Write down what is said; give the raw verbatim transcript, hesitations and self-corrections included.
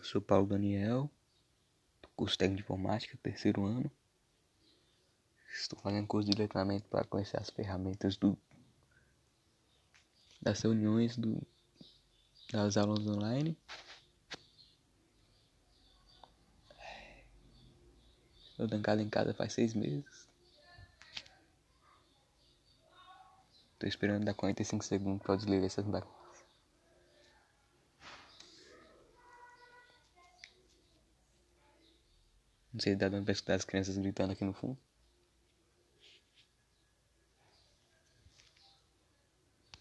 Sou Paulo Daniel, curso técnico de informática, terceiro ano. Estou fazendo curso de letramento para conhecer as ferramentas do, das reuniões do, das aulas online. Estou trancado em casa faz seis meses. Estou esperando dar quarenta e cinco segundos para desligar essas bagunças. Não sei se dá dando pra escutar as crianças gritando aqui no fundo.